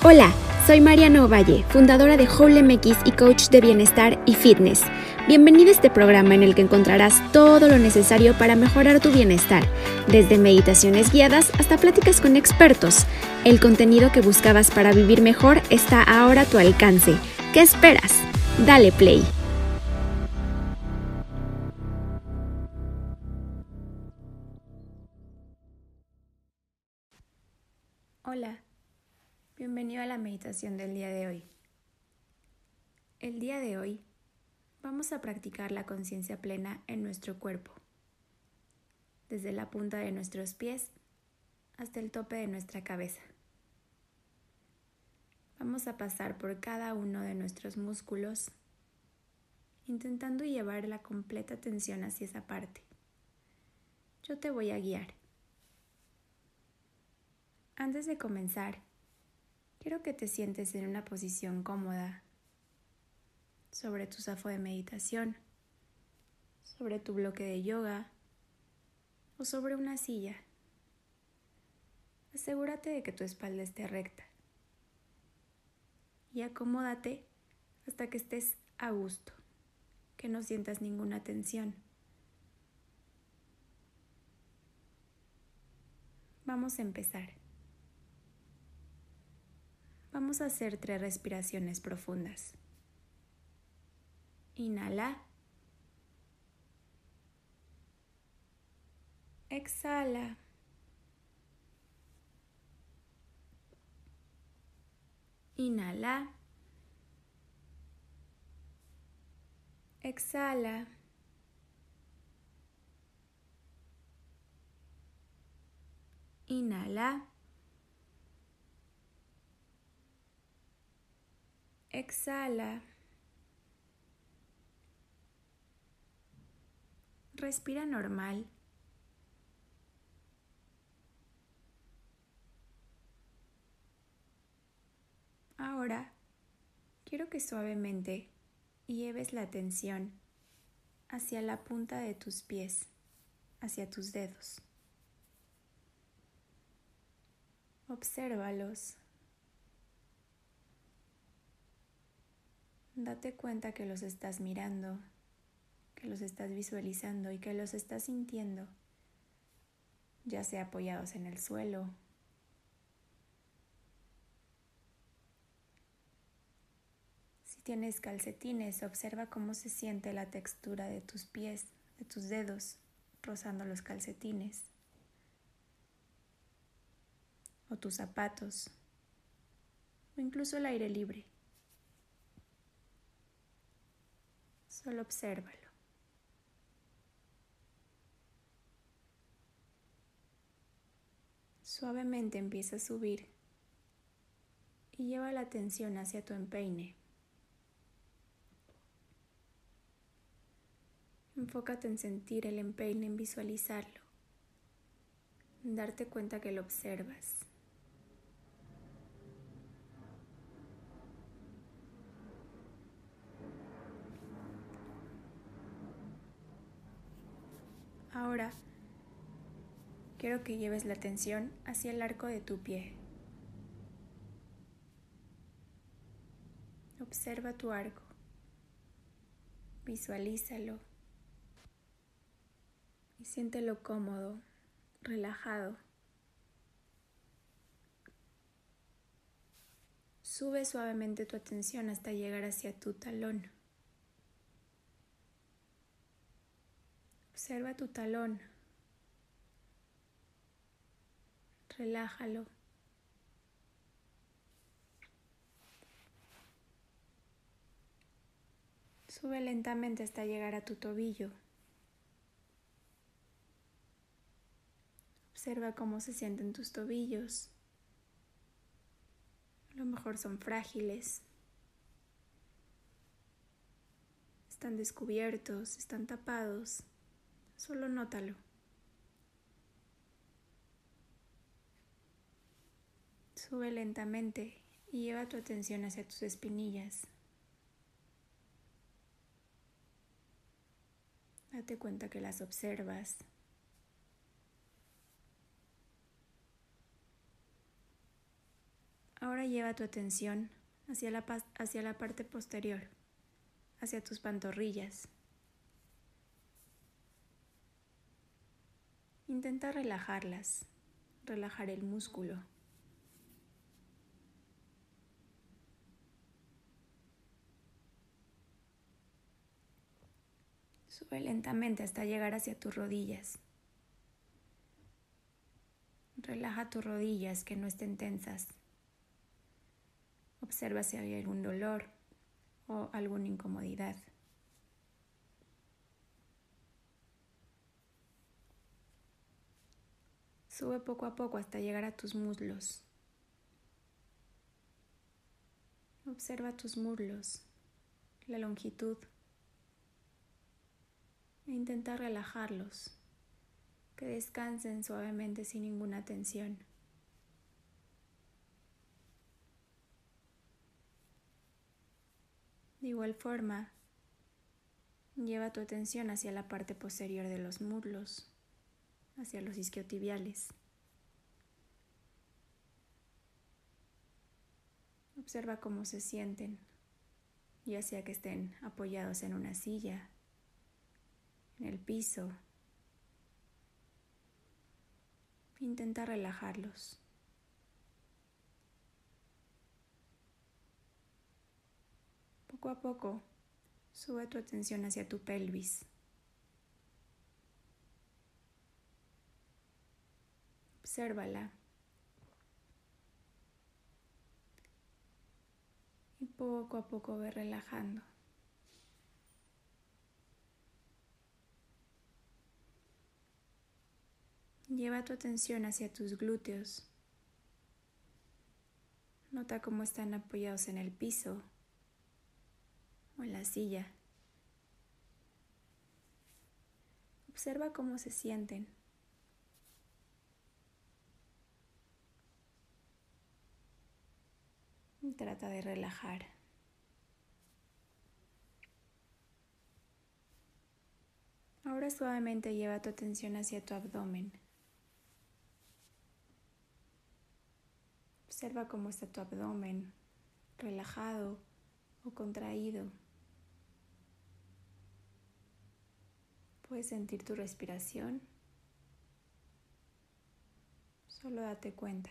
Hola, soy Mariana Ovalle, fundadora de Whole MX y coach de bienestar y fitness. Bienvenido a este programa en el que encontrarás todo lo necesario para mejorar tu bienestar, desde meditaciones guiadas hasta pláticas con expertos. El contenido que buscabas para vivir mejor está ahora a tu alcance. ¿Qué esperas? Dale play. Hola, bienvenido a la meditación del día de hoy. El día de hoy vamos a practicar la conciencia plena en nuestro cuerpo, desde la punta de nuestros pies hasta el tope de nuestra cabeza. Vamos a pasar por cada uno de nuestros músculos, intentando llevar la completa atención hacia esa parte. Yo te voy a guiar. Antes de comenzar, quiero que te sientes en una posición cómoda, sobre tu zafu de meditación, sobre tu bloque de yoga o sobre una silla. Asegúrate de que tu espalda esté recta y acomódate hasta que estés a gusto, que no sientas ninguna tensión. Vamos a empezar. Vamos a hacer 3 respiraciones profundas. Inhala. Exhala. Inhala. Exhala. Inhala. Exhala. Respira normal. Ahora, quiero que suavemente lleves la atención hacia la punta de tus pies, hacia tus dedos. Obsérvalos. Date cuenta que los estás mirando, que los estás visualizando y que los estás sintiendo, ya sea apoyados en el suelo, si tienes calcetines, observa cómo se siente la textura de tus pies, de tus dedos, rozando los calcetines, o tus zapatos, o incluso el aire libre. Solo obsérvalo. Suavemente empieza a subir y lleva la atención hacia tu empeine. Enfócate en sentir el empeine, en visualizarlo, en darte cuenta que lo observas. Ahora, quiero que lleves la atención hacia el arco de tu pie. Observa tu arco, visualízalo y siéntelo cómodo, relajado. Sube suavemente tu atención hasta llegar hacia tu talón. Observa tu talón. Relájalo. Sube lentamente hasta llegar a tu tobillo. Observa cómo se sienten tus tobillos. A lo mejor son frágiles. Están descubiertos, están tapados. Solo nótalo. Sube lentamente y lleva tu atención hacia tus espinillas. Date cuenta que las observas. Ahora lleva tu atención hacia la parte posterior, hacia tus pantorrillas. Intenta relajarlas, relajar el músculo. Sube lentamente hasta llegar hacia tus rodillas. Relaja tus rodillas que no estén tensas. Observa si hay algún dolor o alguna incomodidad. Sube poco a poco hasta llegar a tus muslos. Observa tus muslos, la longitud, e intenta relajarlos, que descansen suavemente sin ninguna tensión. De igual forma, lleva tu atención hacia la parte posterior de los muslos, hacia los isquiotibiales. Observa cómo se sienten, ya sea que estén apoyados en una silla, en el piso. Intenta relajarlos. Poco a poco, sube tu atención hacia tu pelvis. Obsérvala. Y poco a poco ve relajando. Lleva tu atención hacia tus glúteos. Nota cómo están apoyados en el piso o en la silla. Observa cómo se sienten. Y trata de relajar. Ahora suavemente lleva tu atención hacia tu abdomen. Observa cómo está tu abdomen, relajado o contraído. Puedes sentir tu respiración. Solo date cuenta.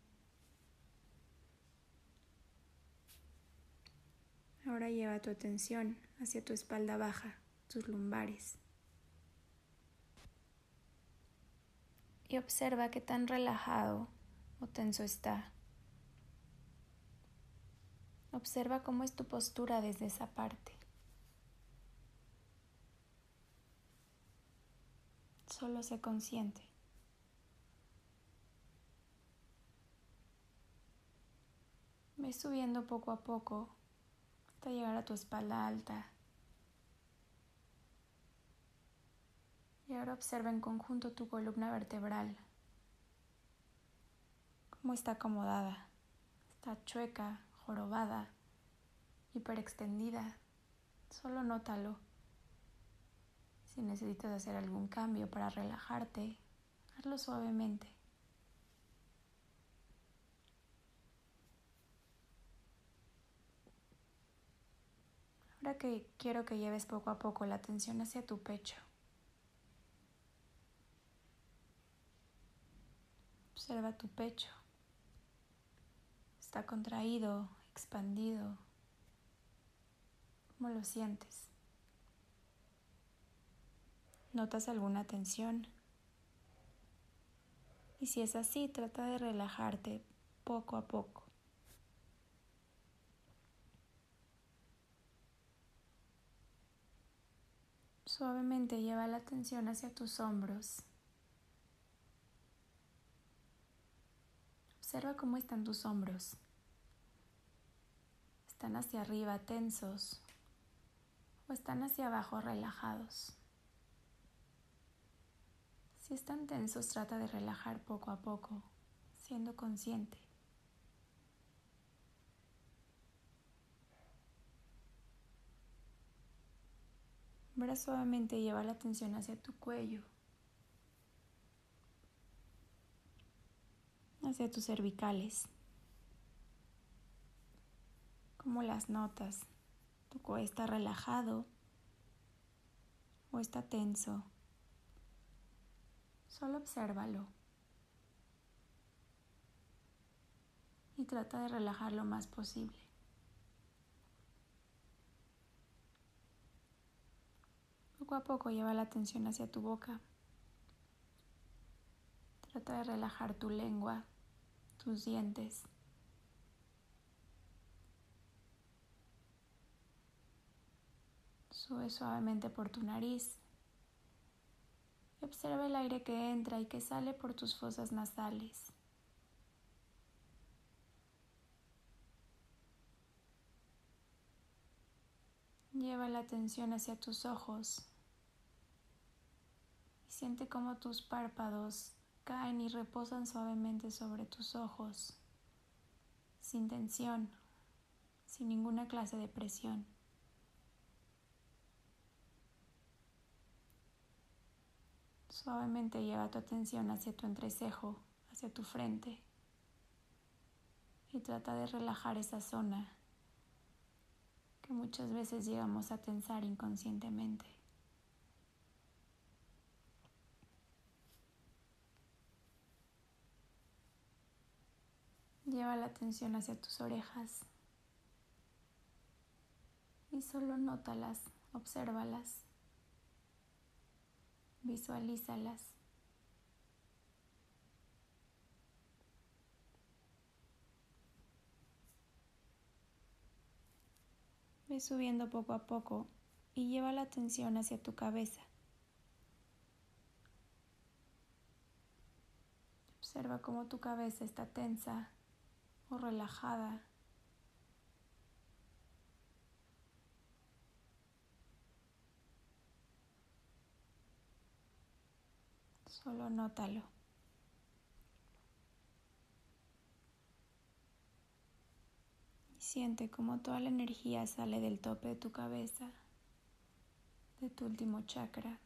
Ahora lleva tu atención hacia tu espalda baja, tus lumbares. Y observa qué tan relajado o tenso está. Observa cómo es tu postura desde esa parte. Solo sé consciente. Ve subiendo poco a poco hasta llegar a tu espalda alta. Y ahora observa en conjunto tu columna vertebral. Cómo está acomodada. Está chueca, jorobada, hiperextendida. Solo nótalo. Si necesitas hacer algún cambio para relajarte, hazlo suavemente. Ahora que quiero que lleves poco a poco la atención hacia tu pecho. Observa tu pecho. Está contraído, expandido. ¿Cómo lo sientes? ¿Notas alguna tensión? Y si es así, trata de relajarte poco a poco. Suavemente lleva la atención hacia tus hombros. Observa cómo están tus hombros. ¿Están hacia arriba tensos o están hacia abajo relajados? Si están tensos, trata de relajar poco a poco, siendo consciente. Ahora suavemente lleva la atención hacia tu cuello, hacia tus cervicales. ¿Cómo las notas? ¿Tu cuello está relajado o está tenso? Solo obsérvalo y trata de relajar lo más posible. Poco a poco lleva la atención hacia tu boca. Trata de relajar tu lengua, tus dientes. Sube suavemente por tu nariz y observa el aire que entra y que sale por tus fosas nasales. Lleva la atención hacia tus ojos y siente cómo tus párpados caen y reposan suavemente sobre tus ojos, sin tensión, sin ninguna clase de presión. Suavemente lleva tu atención hacia tu entrecejo, hacia tu frente y trata de relajar esa zona que muchas veces llegamos a tensar inconscientemente. Lleva la atención hacia tus orejas y solo nótalas, obsérvalas, visualízalas. Ve subiendo poco a poco y lleva la atención hacia tu cabeza. Observa cómo tu cabeza está tensa o relajada. Solo nótalo. Y siente cómo toda la energía sale del tope de tu cabeza, de tu último chakra.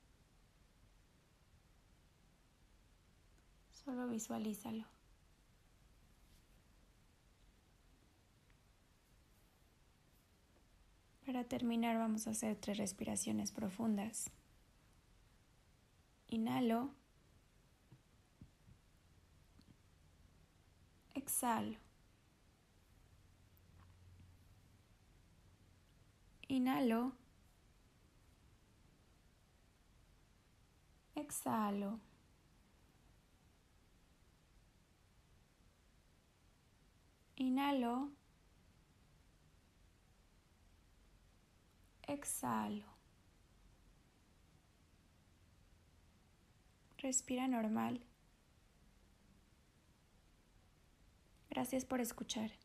Solo visualízalo. Para terminar vamos a hacer 3 respiraciones profundas. Inhalo. Exhalo. Inhalo. Exhalo. Inhalo. Exhalo. Respira normal. Gracias por escuchar.